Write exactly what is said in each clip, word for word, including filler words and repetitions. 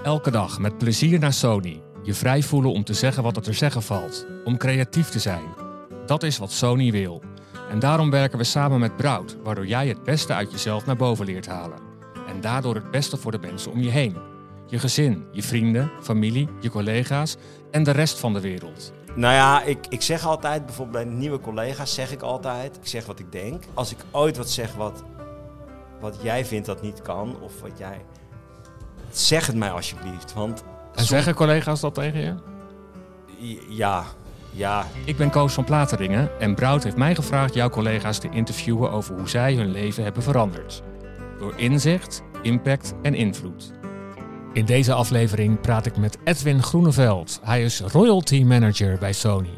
Elke dag met plezier naar Sony. Je vrij voelen om te zeggen wat er te zeggen valt. Om creatief te zijn. Dat is wat Sony wil. En daarom werken we samen met Brout, waardoor jij het beste uit jezelf naar boven leert halen. En daardoor het beste voor de mensen om je heen. Je gezin, je vrienden, familie, je collega's en de rest van de wereld. Nou ja, ik, ik zeg altijd, bijvoorbeeld bij nieuwe collega's zeg ik altijd, ik zeg wat ik denk. Als ik ooit wat zeg wat, wat jij vindt dat niet kan, of wat jij... Zeg het mij alsjeblieft, want... En som... zeggen collega's dat tegen je? Ja, ja. Ik ben Koos van Plateringen en Brout heeft mij gevraagd jouw collega's te interviewen over hoe zij hun leven hebben veranderd. Door inzicht, impact en invloed. In deze aflevering praat ik met Edwin Groeneveld. Hij is Royalty Manager bij Sony.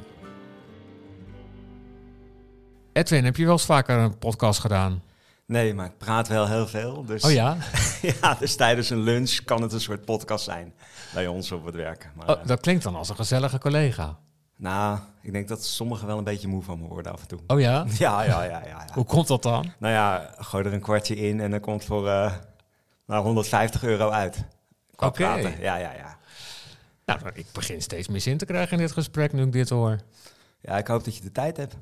Edwin, heb je wel eens vaker een podcast gedaan? Nee, maar ik praat wel heel veel. Dus oh ja? Ja, dus tijdens een lunch kan het een soort podcast zijn bij ons op het werk. Maar, oh, dat klinkt dan als een gezellige collega. Nou, ik denk dat sommigen wel een beetje moe van me worden af en toe. Oh ja? Ja, ja, ja. ja, ja. Hoe komt dat dan? Nou ja, gooi er een kwartje in en dan komt voor uh, nou, honderdvijftig euro uit. Oké. Okay. Ja, ja, ja. Nou, ik begin steeds meer zin te krijgen in dit gesprek nu ik dit hoor. Ja, ik hoop dat je de tijd hebt.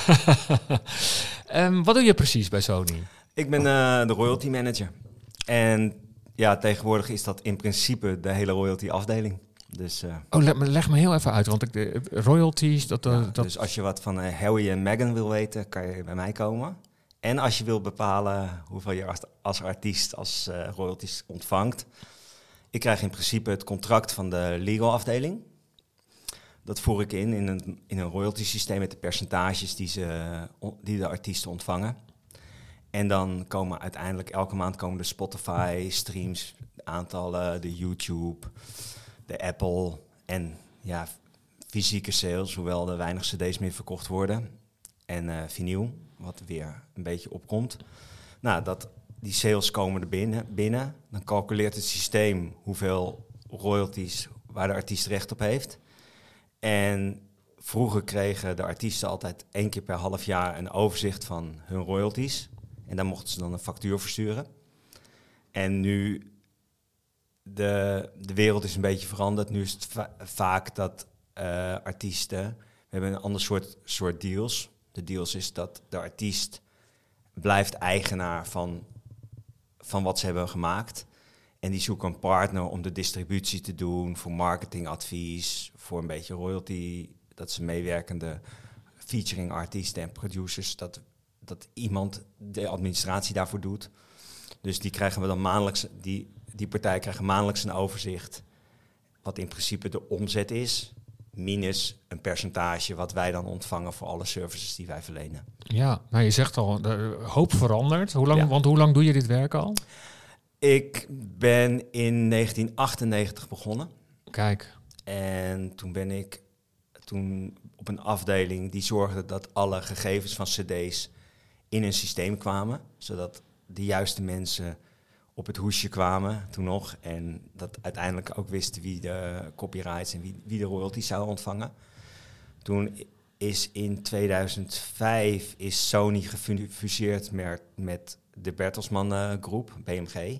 um, wat doe je precies bij Sony? Ik ben uh, de royalty manager. En ja, tegenwoordig is dat in principe de hele royalty afdeling. Dus, uh, oh, leg me, leg me heel even uit, want ik, de royalties... Dat, ja, uh, dat... Dus als je wat van uh, Harry en Meghan wil weten, kan je bij mij komen. En als je wil bepalen hoeveel je als, als artiest als uh, royalties ontvangt. Ik krijg in principe het contract van de legal afdeling. Dat voer ik in in een, in een royalty systeem met de percentages die, ze, die de artiesten ontvangen. En dan komen uiteindelijk elke maand komen de Spotify streams, de aantallen, de YouTube, de Apple en ja, fysieke sales, hoewel er weinig cd's meer verkocht worden. En uh, vinyl, wat weer een beetje opkomt. Nou, dat, die sales komen er binnen, binnen. Dan calculeert het systeem hoeveel royalties waar de artiest recht op heeft. En vroeger kregen de artiesten altijd één keer per half jaar een overzicht van hun royalties. En daar mochten ze dan een factuur versturen. En nu, de, de wereld is een beetje veranderd. Nu is het va- vaak dat uh, artiesten... We hebben een ander soort, soort deals. De deals is dat de artiest blijft eigenaar van, van wat ze hebben gemaakt. En die zoeken een partner om de distributie te doen, voor marketingadvies, voor een beetje royalty. Dat ze meewerkende featuring artiesten en producers, dat... dat iemand de administratie daarvoor doet. Dus die krijgen we dan maandelijks, die, die partij krijgen maandelijks een overzicht, wat in principe de omzet is, minus een percentage wat wij dan ontvangen voor alle services die wij verlenen. Ja, nou je zegt al, de hoop verandert. Hoe lang, ja. Want hoe lang doe je dit werk al? Ik ben in negentien achtennegentig begonnen. Kijk. En toen ben ik toen op een afdeling die zorgde dat alle gegevens van cd's in een systeem kwamen, zodat de juiste mensen op het hoesje kwamen toen nog. En dat uiteindelijk ook wisten wie de copyrights en wie, wie de royalties zou ontvangen. Toen is in tweeduizend vijf is Sony gefuseerd met, met de Bertelsmann uh, Groep, B M G.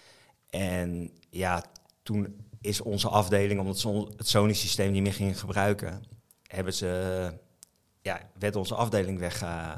En ja, toen is onze afdeling, omdat ze het Sony-systeem niet meer gingen gebruiken, hebben ze, ja, werd onze afdeling weg... Uh,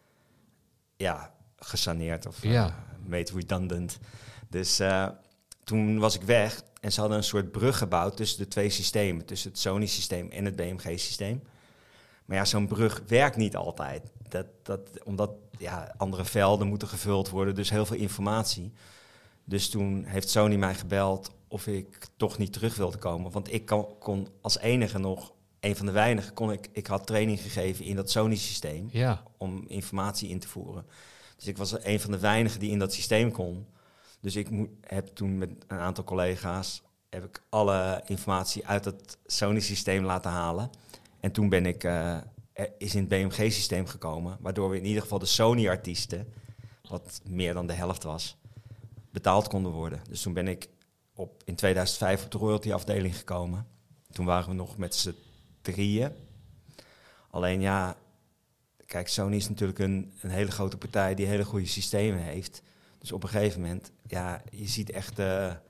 ja, gesaneerd of ja. uh, made redundant. Dus uh, toen was ik weg en ze hadden een soort brug gebouwd tussen de twee systemen. Tussen het Sony-systeem en het B M G-systeem. Maar ja, zo'n brug werkt niet altijd. Dat, dat, omdat ja, andere velden moeten gevuld worden, dus heel veel informatie. Dus toen heeft Sony mij gebeld of ik toch niet terug wilde komen. Want ik kon, kon als enige nog... Een van de weinigen kon ik... Ik had training gegeven in dat Sony-systeem... Ja. Om informatie in te voeren. Dus ik was een van de weinigen die in dat systeem kon. Dus ik mo- heb toen met een aantal collega's... heb ik alle informatie uit het Sony-systeem laten halen. En toen ben ik... Uh, is in het B M G-systeem gekomen... waardoor we in ieder geval de Sony-artiesten... wat meer dan de helft was... betaald konden worden. Dus toen ben ik op, in tweeduizend vijf op de royalty-afdeling gekomen. Toen waren we nog met z'n drieën. Alleen ja, kijk, Sony is natuurlijk een, een hele grote partij die hele goede systemen heeft. Dus op een gegeven moment, ja, je ziet echt uh,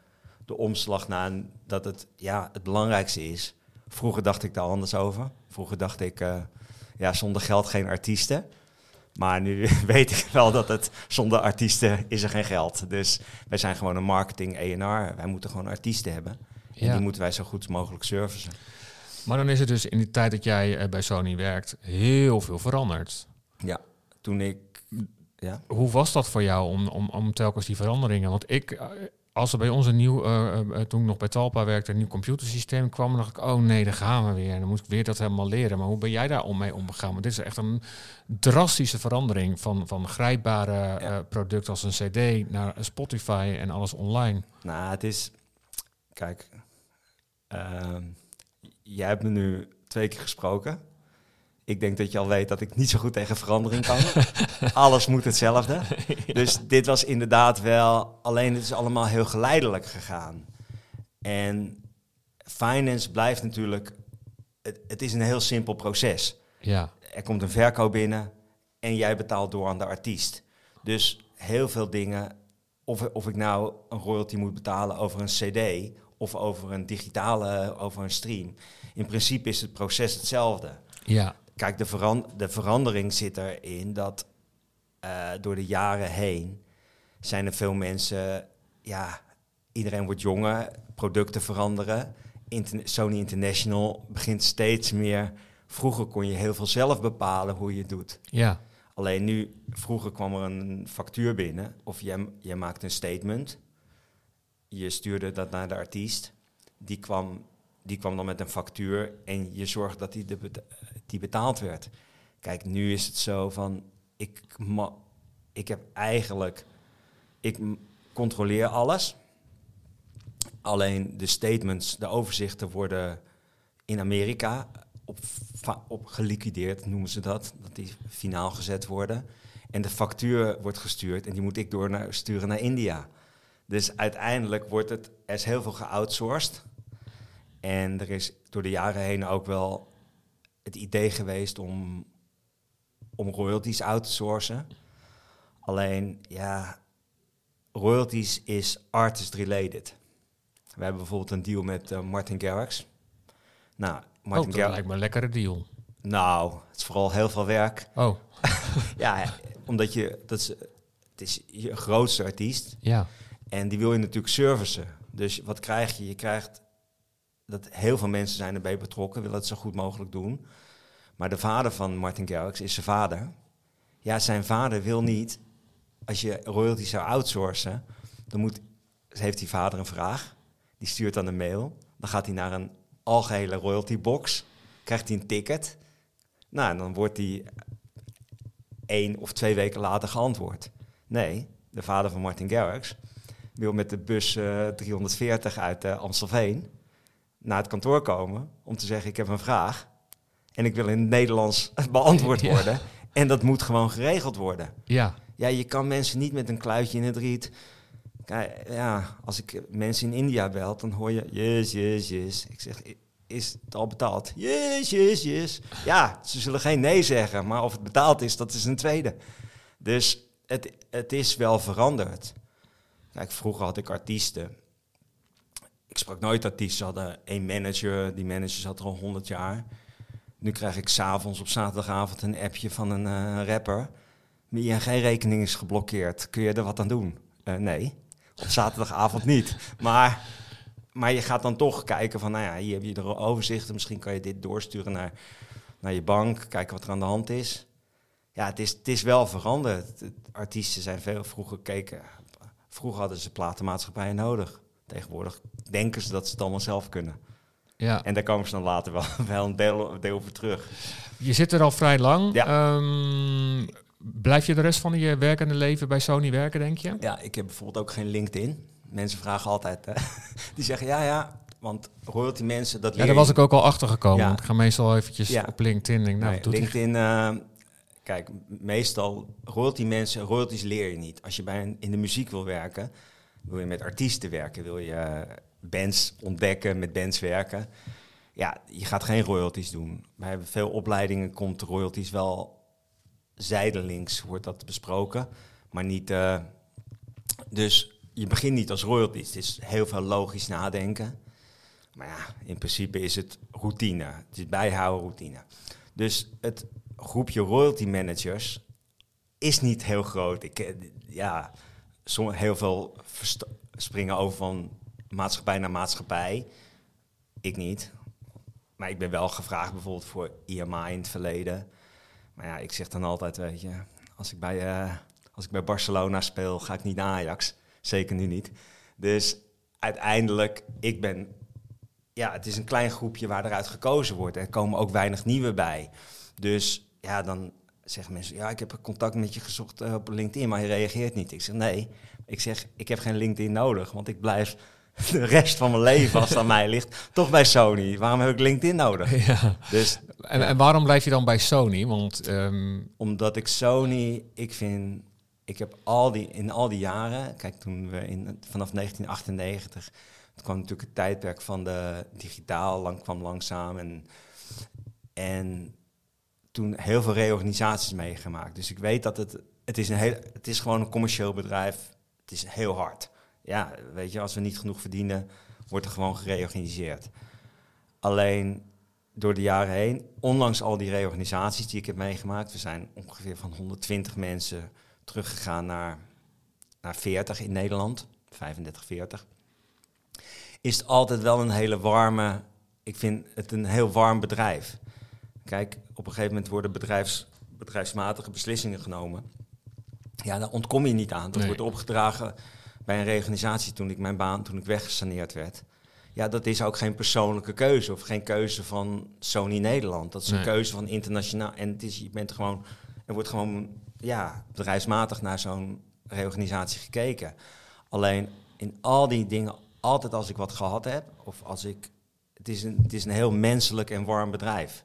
de omslag naar een, dat het ja, het belangrijkste is. Vroeger dacht ik daar anders over. Vroeger dacht ik, uh, ja, zonder geld geen artiesten. Maar nu weet ik wel dat het zonder artiesten is er geen geld. Dus wij zijn gewoon een marketing E en R. Wij moeten gewoon artiesten hebben. En ja. die moeten wij zo goed mogelijk servicen. Maar dan is het dus in die tijd dat jij uh, bij Sony werkt heel veel veranderd. Ja, toen ik... Ja. Hoe was dat voor jou om, om, om telkens die veranderingen? Want ik, als er bij ons een nieuw, uh, uh, toen ik nog bij Talpa werkte, een nieuw computersysteem kwam, dan dacht ik, oh nee, daar gaan we weer. En dan moet ik weer dat helemaal leren. Maar hoe ben jij daar om mee omgegaan? Want dit is echt een drastische verandering van, van grijpbare ja. uh, producten als een cd naar Spotify en alles online. Nou, het is... Kijk, uh, jij hebt me nu twee keer gesproken. Ik denk dat je al weet dat ik niet zo goed tegen verandering kan. Alles moet hetzelfde. Ja. Dus dit was inderdaad wel... Alleen het is allemaal heel geleidelijk gegaan. En finance blijft natuurlijk... Het, het is een heel simpel proces. Ja. Er komt een verkoop binnen en jij betaalt door aan de artiest. Dus heel veel dingen... Of, of ik nou een royalty moet betalen over een cd... of over een digitale, over een stream. In principe is het proces hetzelfde. Ja. Kijk, de, veran- de verandering zit erin dat uh, door de jaren heen zijn er veel mensen, ja, iedereen wordt jonger, producten veranderen. Inter- Sony International begint steeds meer, vroeger kon je heel veel zelf bepalen hoe je het doet. Ja. Alleen nu, vroeger kwam er een factuur binnen of jij, jij maakte een statement. Je stuurde dat naar de artiest, die kwam... Die kwam dan met een factuur en je zorgt dat die, de beta- die betaald werd. Kijk, nu is het zo van... Ik, ma- ik heb eigenlijk... Ik m- controleer alles. Alleen de statements, de overzichten worden in Amerika op, fa- op geliquideerd, noemen ze dat. Dat die finaal gezet worden. En de factuur wordt gestuurd en die moet ik door naar, sturen naar India. Dus uiteindelijk wordt het... Er is heel veel geoutsourced... En er is door de jaren heen ook wel het idee geweest om, om royalties out te sourcen. Alleen, ja, royalties is artist-related. We hebben bijvoorbeeld een deal met uh, Martin Garrix. Nou, Martin oh, dat Gar- lijkt me een lekkere deal. Nou, het is vooral heel veel werk. Oh. Ja, omdat je, dat is, het is je grootste artiest. Ja. En die wil je natuurlijk servicen. Dus wat krijg je? Je krijgt... dat heel veel mensen zijn erbij betrokken, willen het zo goed mogelijk doen. Maar de vader van Martin Garrix is zijn vader. Ja, zijn vader wil niet, als je royalties zou outsourcen, dan moet, heeft die vader een vraag. Die stuurt dan een mail. Dan gaat hij naar een algehele royalty box. Krijgt hij een ticket. Nou, en dan wordt hij één of twee weken later geantwoord. Nee, de vader van Martin Garrix wil met de bus uh, driehonderdveertig uit uh, Amstelveen naar het kantoor komen om te zeggen, ik heb een vraag en ik wil in het Nederlands beantwoord worden. Ja. En dat moet gewoon geregeld worden. Ja. Ja, je kan mensen niet met een kluitje in het riet. Kijk, ja, als ik mensen in India bel, dan hoor je, yes, yes, yes. Ik zeg, is het al betaald? Yes, yes, yes. Ja, ze zullen geen nee zeggen, maar of het betaald is, dat is een tweede. Dus het, het is wel veranderd. Kijk, vroeger had ik artiesten. Ik sprak nooit artiesten. Ze hadden één manager. Die manager zat er al honderd jaar. Nu krijg ik 's avonds op zaterdagavond een appje van een uh, rapper. Mijn I N G-rekening is geblokkeerd. Kun je er wat aan doen? Uh, nee, op zaterdagavond niet. Maar, maar je gaat dan toch kijken van, nou ja, hier heb je de overzichten. Misschien kan je dit doorsturen naar, naar je bank. Kijken wat er aan de hand is. Ja, het is, het is wel veranderd. De artiesten zijn veel vroeger gekeken. Vroeger hadden ze platenmaatschappijen nodig. Tegenwoordig denken ze dat ze het allemaal zelf kunnen. Ja. En daar komen ze dan later wel, wel een deel, deel voor terug. Je zit er al vrij lang. Ja. Um, blijf je de rest van je werkende leven bij Sony werken, denk je? Ja, ik heb bijvoorbeeld ook geen LinkedIn. Mensen vragen altijd, hè. Die zeggen ja, ja, want royalty mensen, dat leer Ja, daar was ik ook al achter gekomen. Ja. Want ik ga meestal eventjes ja. op LinkedIn. Denk, nou, nee, doet LinkedIn, uh, kijk, meestal royalty mensen, royalties leer je niet. Als je bij een, in de muziek wil werken, wil je met artiesten werken, wil je uh, bands ontdekken, met bands werken. Ja, je gaat geen royalties doen. Bij veel opleidingen komt royalties wel zijdelings, wordt dat besproken, maar niet. Uh, dus je begint niet als royalties. Het is heel veel logisch nadenken. Maar ja, in principe is het routine. Het is bijhouden routine. Dus het groepje royalty managers is niet heel groot. Ik, ja, som, heel veel verst- springen over van maatschappij naar maatschappij. Ik niet. Maar ik ben wel gevraagd bijvoorbeeld voor I M A in het verleden. Maar ja, ik zeg dan altijd, weet je, als ik bij, uh, als ik bij Barcelona speel, ga ik niet naar Ajax. Zeker nu niet. Dus uiteindelijk, ik ben... Ja, het is een klein groepje waar eruit gekozen wordt. Er komen ook weinig nieuwe bij. Dus ja, dan zeggen mensen... Ja, ik heb contact met je gezocht uh, op LinkedIn, maar je reageert niet. Ik zeg, nee. Ik zeg, ik heb geen LinkedIn nodig, want ik blijf de rest van mijn leven, als het aan mij ligt, toch bij Sony. Waarom heb ik LinkedIn nodig? Ja. Dus, en, ja. en waarom blijf je dan bij Sony? Want, um... Omdat ik Sony, ik vind... Ik heb al die, in al die jaren... Kijk, toen we in, vanaf negentien achtennegentig... Het kwam natuurlijk het tijdperk van de digitaal, lang kwam langzaam. En, en toen heel veel reorganisaties meegemaakt. Dus ik weet dat het, het is een heel, het is gewoon een commercieel bedrijf. Het is heel hard. Ja, weet je, als we niet genoeg verdienen, wordt er gewoon gereorganiseerd. Alleen door de jaren heen, ondanks al die reorganisaties die ik heb meegemaakt, we zijn ongeveer van honderdtwintig mensen teruggegaan naar, naar veertig in Nederland, vijfendertig, veertig. Is het altijd wel een hele warme... Ik vind het een heel warm bedrijf. Kijk, op een gegeven moment worden bedrijfs, bedrijfsmatige beslissingen genomen. Ja, daar ontkom je niet aan. Dat nee. wordt opgedragen bij een reorganisatie toen ik mijn baan, toen ik weggesaneerd werd. Ja, dat is ook geen persoonlijke keuze of geen keuze van Sony Nederland. Dat is nee. een keuze van internationaal. En het is, je bent gewoon, er wordt gewoon ja, bedrijfsmatig naar zo'n reorganisatie gekeken. Alleen in al die dingen... Altijd als ik wat gehad heb, of als ik... Het is, een, het is een heel menselijk en warm bedrijf.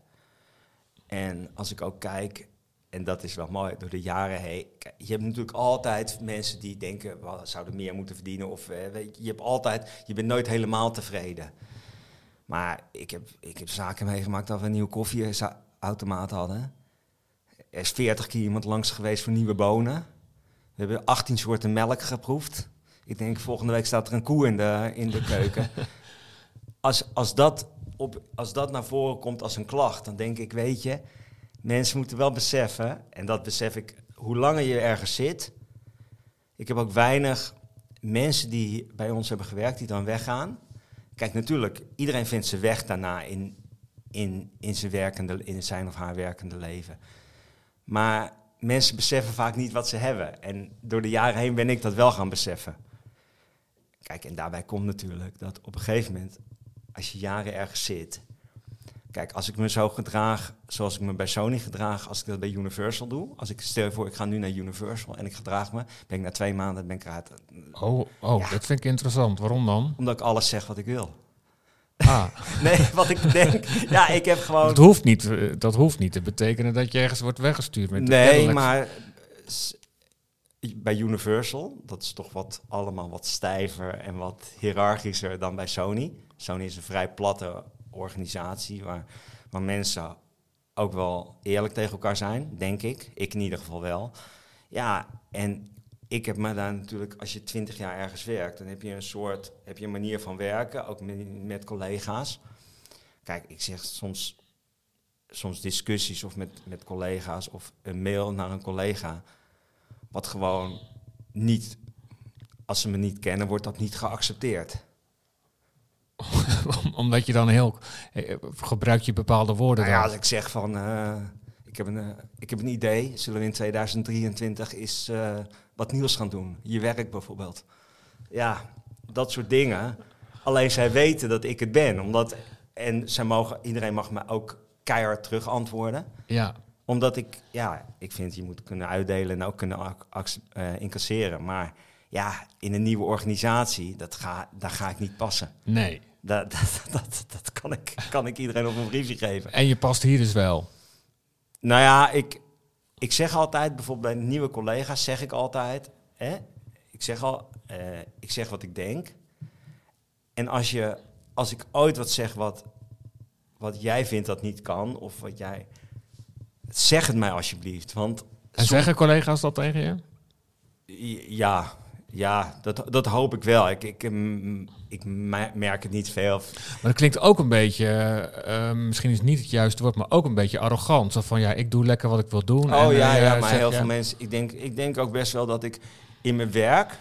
En als ik ook kijk, en dat is wel mooi, door de jaren heen... Kijk, je hebt natuurlijk altijd mensen die denken, we zouden meer moeten verdienen. Of eh, weet je, je hebt altijd, je bent nooit helemaal tevreden. Maar ik heb, ik heb zaken meegemaakt dat we een nieuwe koffieautomaat hadden. Er is veertig keer iemand langs geweest voor nieuwe bonen. We hebben achttien soorten melk geproefd. Ik denk, volgende week staat er een koe in de, in de keuken. Als, als, dat op, als dat naar voren komt als een klacht, dan denk ik, weet je, mensen moeten wel beseffen, en dat besef ik, hoe langer je ergens zit. Ik heb ook weinig mensen die bij ons hebben gewerkt, die dan weggaan. Kijk, natuurlijk, iedereen vindt zijn weg daarna in, in, in, zijn, werkende, in zijn of haar werkende leven. Maar mensen beseffen vaak niet wat ze hebben. En door de jaren heen ben ik dat wel gaan beseffen. Kijk, en daarbij komt natuurlijk dat op een gegeven moment, als je jaren ergens zit... Kijk, als ik me zo gedraag zoals ik me bij Sony gedraag, als ik dat bij Universal doe... Als ik stel je voor, ik ga nu naar Universal en ik gedraag me, ben ik na twee maanden ben ik eruit. Oh, oh ja. Dat vind ik interessant. Waarom dan? Omdat ik alles zeg wat ik wil. Ah. Nee, wat ik denk... Ja, ik heb gewoon... Dat hoeft niet, dat hoeft niet te betekenen dat je ergens wordt weggestuurd. Met nee, kennelijk... maar... Bij Universal, dat is toch wat allemaal wat stijver en wat hiërarchischer dan bij Sony. Sony is een vrij platte organisatie waar, waar mensen ook wel eerlijk tegen elkaar zijn, denk ik. Ik in ieder geval wel. Ja, en ik heb me daar natuurlijk, als je twintig jaar ergens werkt, dan heb je een soort, heb je een manier van werken, ook met, met collega's. Kijk, ik zeg soms, soms discussies of met, met collega's of een mail naar een collega, wat gewoon niet, als ze me niet kennen, wordt dat niet geaccepteerd. Omdat je dan heel, gebruik je bepaalde woorden nou ja, dan? als ik zeg van, uh, ik, heb een, uh, ik heb een idee, zullen we in tweeduizend drieëntwintig eens uh, wat nieuws gaan doen? Je werk bijvoorbeeld. Ja, dat soort dingen. Alleen zij weten dat ik het ben. Omdat, en zij mogen, iedereen mag me ook keihard terug antwoorden. Ja. Omdat ik, ja, ik vind je moet kunnen uitdelen en ook kunnen ac- uh, incasseren. Maar ja, in een nieuwe organisatie, dat ga, daar ga ik niet passen. Nee. Dat, dat, dat, dat kan, ik, kan ik iedereen op een briefje geven. En je past hier dus wel? Nou ja, ik, ik zeg altijd, bijvoorbeeld bij nieuwe collega's zeg ik altijd, hè, ik zeg al, uh, ik zeg wat ik denk. En als je, als ik ooit wat zeg wat, wat jij vindt dat niet kan, of wat jij, zeg het mij alsjeblieft. Want en som- zeggen collega's dat tegen je? Ja, Ja, dat, dat hoop ik wel. Ik, ik, um, ik merk het niet veel. Maar dat klinkt ook een beetje, uh, misschien is het niet het juiste woord, maar ook een beetje arrogant. Zo van, ja, ik doe lekker wat ik wil doen. Oh en, ja, uh, ja, maar zeg, heel ja. veel mensen... Ik denk, ik denk ook best wel dat ik in mijn werk...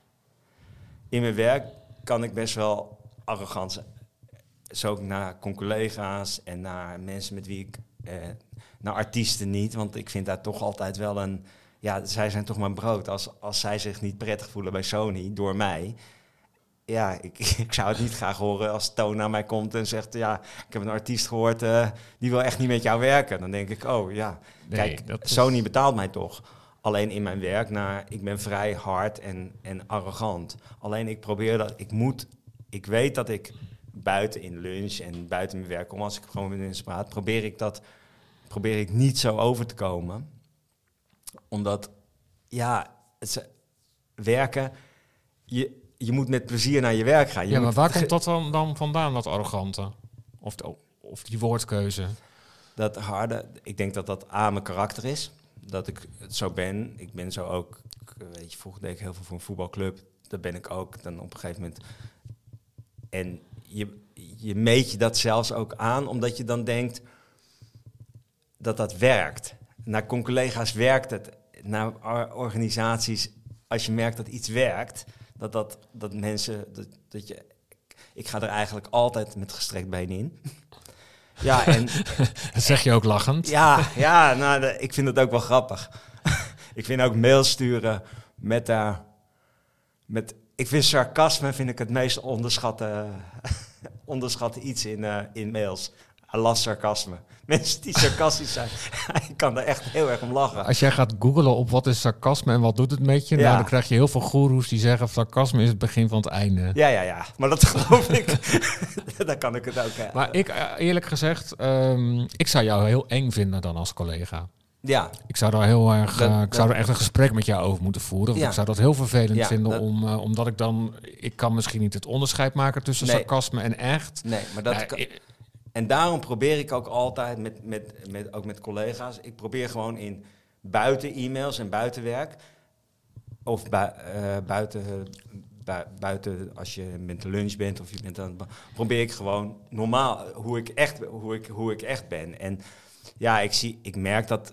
In mijn werk kan ik best wel arrogant zijn. Zo naar collega's en naar mensen met wie ik... Uh, naar artiesten niet, want ik vind daar toch altijd wel een... Ja, zij zijn toch mijn brood. Als, als zij zich niet prettig voelen bij Sony, door mij... Ja, ik, ik zou het niet graag horen als Toon naar mij komt en zegt... Ja, ik heb een artiest gehoord, uh, die wil echt niet met jou werken. Dan denk ik, oh ja, nee, kijk, dat is... Sony betaalt mij toch. Alleen in mijn werk, naar, ik ben vrij hard en, en arrogant. Alleen ik probeer dat, ik moet... Ik weet dat ik buiten in lunch en buiten mijn werk kom... Als ik gewoon met mensen praat, probeer ik dat... Probeer ik niet zo over te komen. Omdat, ja, het, werken... Je, je moet met plezier naar je werk gaan. Je ja, maar moet, waar komt dat dan, dan vandaan, dat arrogante? Of, of die woordkeuze? Dat harde, ik denk dat dat aan mijn karakter is. Dat ik het zo ben. Ik ben zo ook, weet je, vroeger deed ik heel veel voor een voetbalclub. Dat ben ik ook dan op een gegeven moment. En je, je meet je dat zelfs ook aan, omdat je dan denkt dat dat werkt. Naar collega's werkt het. Naar organisaties, als je merkt dat iets werkt, dat, dat, dat mensen, dat, dat je... Ik ga er eigenlijk altijd met gestrekt been in. Ja, en... Dat zeg je ook lachend. Ja, ja nou, de, ik vind het ook wel grappig. Ik vind ook mails sturen met daar... met, ik vind sarcasme vind ik het meest onderschatte, onderschatte iets in, uh, in mails. I love sarcasme. Mensen die sarcastisch zijn, ik kan er echt heel erg om lachen. Als jij gaat googlen op wat is sarcasme en wat doet het met je... Ja. Nou, dan krijg je heel veel goeroes die zeggen... sarcasme is het begin van het einde. Ja, ja, ja. Maar dat geloof ik. Dan kan ik het ook. Uh, maar ik, eerlijk gezegd... Um, ik zou jou heel eng vinden dan als collega. Ja. Ik zou daar heel erg... Dat, uh, ik dat, zou er echt een gesprek met jou over moeten voeren. Want ja. ik zou dat heel vervelend ja, vinden... Dat, Om, uh, omdat ik dan... Ik kan misschien niet het onderscheid maken tussen nee. sarcasme en echt. Nee, maar dat... Nou, kan, ik, en daarom probeer ik ook altijd, met, met, met, ook met collega's... Ik probeer gewoon in buiten e-mails en buitenwerk... of bui, uh, buiten, bui, buiten als je met lunch bent of je bent aan het... probeer ik gewoon normaal hoe ik echt, hoe ik, hoe ik echt ben. En ja, ik, zie, ik merk, dat,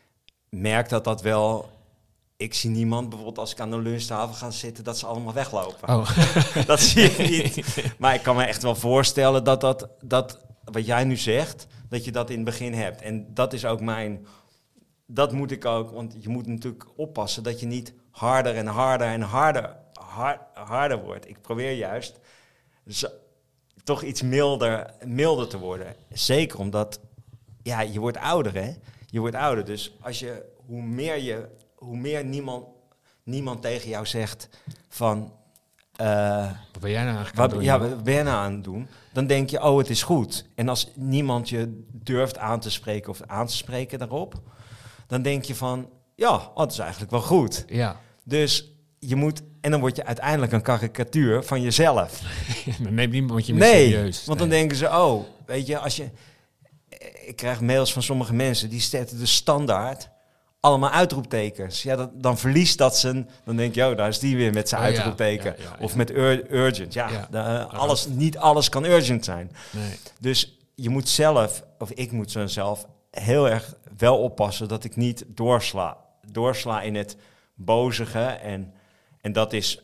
merk dat dat wel... Ik zie niemand bijvoorbeeld als ik aan de lunchtafel ga zitten... dat ze allemaal weglopen. Oh. Dat zie ik niet. Maar ik kan me echt wel voorstellen dat dat... dat wat jij nu zegt, dat je dat in het begin hebt. En dat is ook mijn... Dat moet ik ook, want je moet natuurlijk oppassen... dat je niet harder en harder en harder, hard, harder wordt. Ik probeer juist zo, toch iets milder, milder te worden. Zeker omdat, ja, je wordt ouder, hè. Je wordt ouder, dus als je, hoe meer je... hoe meer niemand, niemand tegen jou zegt van... Uh, wat ben jij nou eigenlijk wat, aan het doen? Ja, wat ben jij nou aan het doen? Dan denk je, oh, het is goed. En als niemand je durft aan te spreken of aan te spreken daarop... dan denk je van, ja, oh, dat is eigenlijk wel goed. Ja. Dus je moet... En dan word je uiteindelijk een karikatuur van jezelf. Dan neemt niemand je meer nee, serieus. Want nee. dan denken ze, oh, weet je, als je... Ik krijg mails van sommige mensen, die zetten de standaard... allemaal uitroeptekens. Ja, dat, dan verliest dat zijn... Dan denk je, oh, daar is die weer met zijn oh, uitroepteken. Ja, ja, ja, of ja. met ur- urgent. Ja, ja. De, uh, alles, niet alles kan urgent zijn. Nee. Dus je moet zelf, of ik moet zo zelf... heel erg wel oppassen dat ik niet doorsla. Doorsla in het bozige. En, en dat is...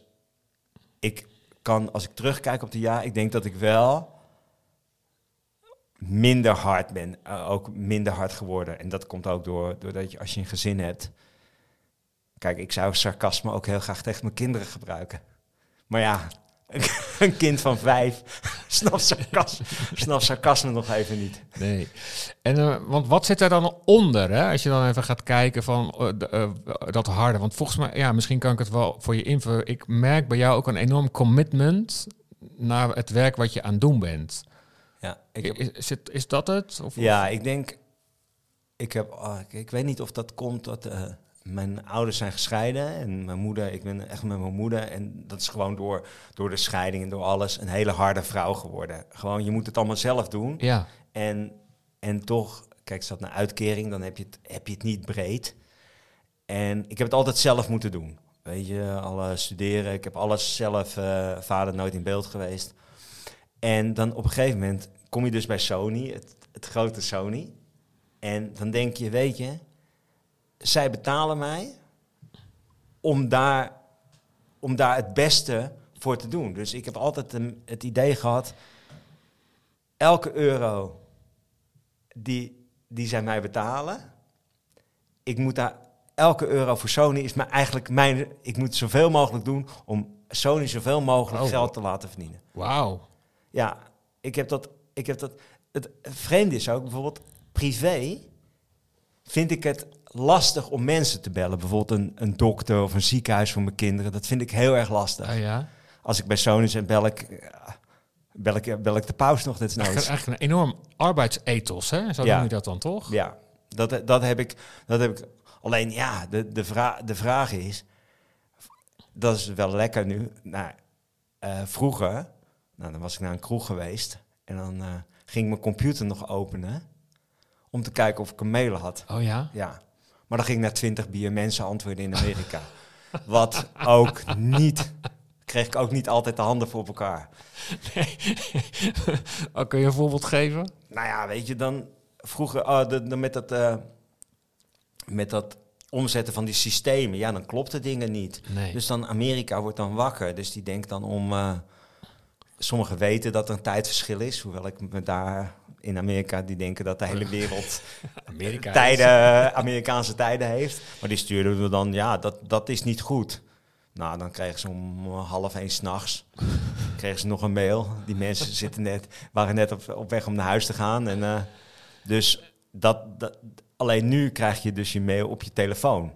Ik kan, als ik terugkijk op de jaar... ik denk dat ik wel... minder hard ben, uh, ook minder hard geworden. En dat komt ook door, doordat je, als je een gezin hebt... Kijk, ik zou sarcasme ook heel graag tegen mijn kinderen gebruiken. Maar ja, een kind van vijf snapt sarcasme, snapt sarcasme nog even niet. Nee. En, uh, want wat zit er dan onder, hè? Als je dan even gaat kijken van uh, de, uh, dat harde. Want volgens mij, ja, misschien kan ik het wel voor je invullen. Ik merk bij jou ook een enorm commitment naar het werk wat je aan het doen bent. Ja, ik heb, is, is, het, is dat het? Of, ja, ik denk... Ik, heb, oh, ik, ik weet niet of dat komt dat... Uh, mijn ouders zijn gescheiden en mijn moeder... Ik ben echt met mijn moeder en dat is gewoon door, door de scheiding en door alles... een hele harde vrouw geworden. Gewoon, je moet het allemaal zelf doen. Ja. En, en toch... Kijk, is dat een uitkering, dan heb je, het, heb je het niet breed. En ik heb het altijd zelf moeten doen. weet je, alle studeren. Ik heb alles zelf, uh, vader nooit in beeld geweest. En dan op een gegeven moment kom je dus bij Sony, het, het grote Sony. En dan denk je, weet je, zij betalen mij om daar, om daar het beste voor te doen. Dus ik heb altijd een, het idee gehad, elke euro die, die zij mij betalen, ik moet daar, elke euro voor Sony is mij eigenlijk mijn, ik moet zoveel mogelijk doen om Sony zoveel mogelijk oh. geld te laten verdienen. Wauw. Ja, ik heb dat, ik heb dat, het vreemde is ook, bijvoorbeeld privé vind ik het lastig om mensen te bellen. Bijvoorbeeld een, een dokter of een ziekenhuis voor mijn kinderen. Dat vind ik heel erg lastig. Oh ja? Als ik bij Sony ben, bel ik, bel ik, bel ik de paus nog dit nooit. Eigenlijk een enorm arbeidsethos, hè? Zo ja. noem je dat dan toch? Ja, dat, dat, heb ik, dat heb ik. Alleen ja, de, de, vra- de vraag is, dat is wel lekker nu. Nou, uh, vroeger, nou, dan was ik naar een kroeg geweest en dan uh, ging ik mijn computer nog openen om te kijken of ik een mail had. Oh ja? Ja. Maar dan ging ik naar twintig bier mensen antwoorden in Amerika. Wat ook niet, kreeg ik ook niet altijd de handen voor elkaar. Nee. Oh, kun je een voorbeeld geven? Nou ja, weet je, dan vroeger oh, de, de, met, dat, uh, met dat omzetten van die systemen, ja, dan klopten dingen niet. Nee. Dus dan Amerika wordt dan wakker. Dus die denkt dan om, uh, sommigen weten dat er een tijdverschil is, hoewel ik me daar in Amerika, die denken dat de hele wereld Amerika tijden, Amerikaanse tijden heeft. Maar die stuurden we dan, ja, dat, dat is niet goed. Nou, dan kregen ze om half één 's nachts kregen ze nog een mail. Die mensen zitten net, waren net op, op weg om naar huis te gaan. En, uh, dus dat, dat, alleen nu krijg je dus je mail op je telefoon.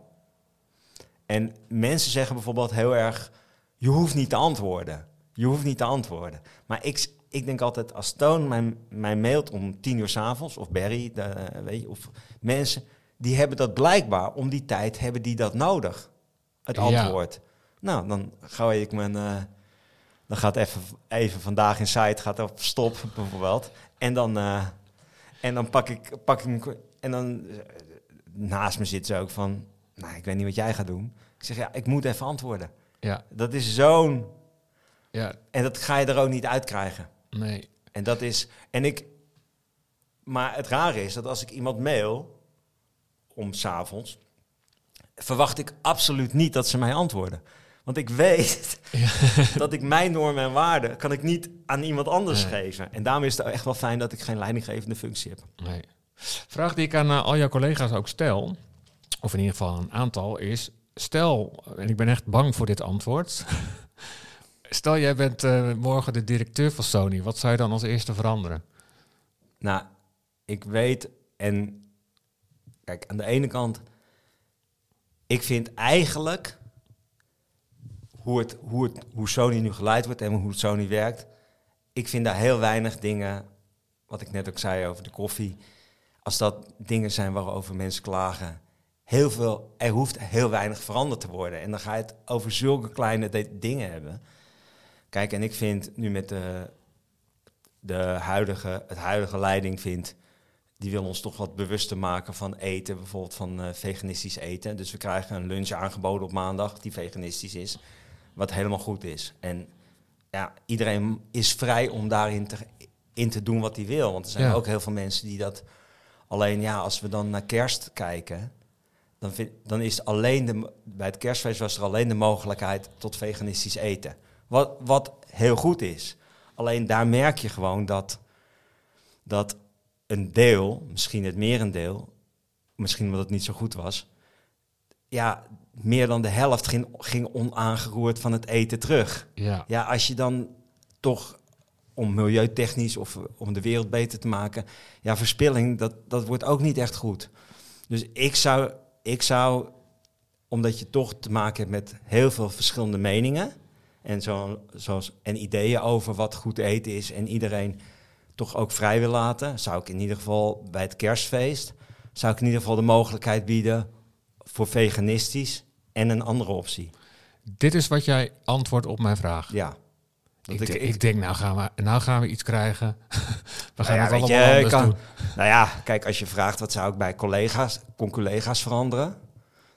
En mensen zeggen bijvoorbeeld heel erg, je hoeft niet te antwoorden. Je hoeft niet te antwoorden. Maar ik, ik denk altijd, als Toon mij, mij mailt om tien uur 's avonds, of Barry, de, weet je, of mensen, die hebben dat blijkbaar, om die tijd hebben die dat nodig. Het antwoord. Ja. Nou, dan ga ik mijn, uh, dan gaat even, even vandaag in site, gaat op stop bijvoorbeeld. En dan, uh, en dan pak ik, pak ik, en dan uh, naast me zit ze ook van, nou, ik weet niet wat jij gaat doen. Ik zeg, ja, ik moet even antwoorden. Ja. Dat is zo'n, ja. En dat ga je er ook niet uitkrijgen. Nee. En dat is, en ik, maar het rare is dat als ik iemand mail om 's avonds, verwacht ik absoluut niet dat ze mij antwoorden. Want ik weet ja. dat ik mijn normen en waarden kan ik niet aan iemand anders nee. geven. En daarom is het echt wel fijn dat ik geen leidinggevende functie heb. Nee. Vraag die ik aan uh, al jouw collega's ook stel, of in ieder geval een aantal, is, stel, en ik ben echt bang voor dit antwoord, stel jij bent uh, morgen de directeur van Sony, wat zou je dan als eerste veranderen? Nou, ik weet, en kijk, aan de ene kant, ik vind eigenlijk hoe, het, hoe, het, hoe Sony nu geleid wordt en hoe het Sony werkt, ik vind daar heel weinig dingen, wat ik net ook zei over de koffie, als dat dingen zijn waarover mensen klagen, heel veel, er hoeft heel weinig veranderd te worden. En dan ga je het over zulke kleine de- dingen hebben. Kijk, en ik vind nu met de, de huidige, het huidige leiding vindt, die wil ons toch wat bewuster maken van eten, bijvoorbeeld van uh, veganistisch eten. Dus we krijgen een lunch aangeboden op maandag die veganistisch is, wat helemaal goed is. En ja, iedereen is vrij om daarin te, in te doen wat hij wil. Want er zijn ja. ook heel veel mensen die dat, alleen ja, als we dan naar kerst kijken, dan, vind, dan is alleen de, bij het kerstfeest was er alleen de mogelijkheid tot veganistisch eten. Wat, wat heel goed is. Alleen daar merk je gewoon dat, dat een deel, misschien het merendeel, misschien omdat het niet zo goed was, ja, meer dan de helft ging, ging onaangeroerd van het eten terug. Ja. Ja, als je dan toch, om milieutechnisch of om de wereld beter te maken, ja, verspilling, dat, dat wordt ook niet echt goed. Dus ik zou, ik zou, omdat je toch te maken hebt met heel veel verschillende meningen en, zo, zoals, en ideeën over wat goed eten is en iedereen toch ook vrij wil laten, zou ik in ieder geval bij het kerstfeest, zou ik in ieder geval de mogelijkheid bieden voor veganistisch en een andere optie. Dit is wat jij antwoordt op mijn vraag. Ja. Ik, ik, ik, ik denk, nou gaan, we, nou gaan we iets krijgen. We gaan nou ja, het allemaal je, anders kan, doen. Nou ja, kijk, als je vraagt wat zou ik bij collega's, con-collega's veranderen,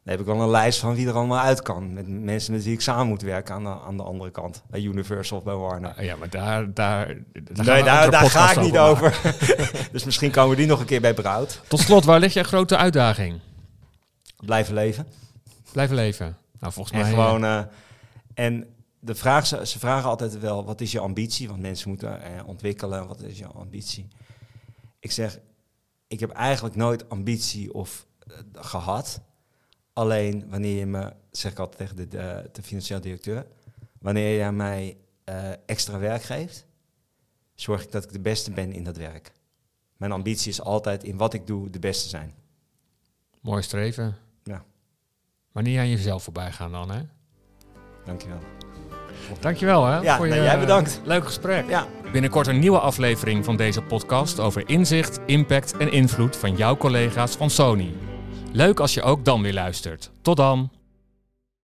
Dan heb ik wel een lijst van wie er allemaal uit kan. Met mensen met wie ik samen moet werken aan de, aan de andere kant. Bij Universal of bij Warner. Uh, ja, maar daar, daar, daar, nee, daar, daar ga ik niet over. over. Dus misschien komen we die nog een keer bij Brout. Tot slot, waar ligt jouw grote uitdaging? Blijven leven. Blijven leven. Nou, volgens en mij... Gewoon, uh, en de vraag, ze, ze vragen altijd wel, wat is je ambitie? Want mensen moeten uh, ontwikkelen, wat is je ambitie? Ik zeg, ik heb eigenlijk nooit ambitie of uh, gehad. Alleen wanneer je me, zeg ik altijd tegen de, de, de financieel directeur, wanneer je mij uh, extra werk geeft, zorg ik dat ik de beste ben in dat werk. Mijn ambitie is altijd in wat ik doe de beste zijn. Mooi streven. Ja. Maar niet aan jezelf voorbij gaan dan, hè? Dankjewel. Dankjewel, hè? Ja, voor je, nou, jij bedankt. Uh, leuk gesprek. Ja. Binnenkort een nieuwe aflevering van deze podcast over inzicht, impact en invloed van jouw collega's van Sony. Leuk als je ook dan weer luistert. Tot dan!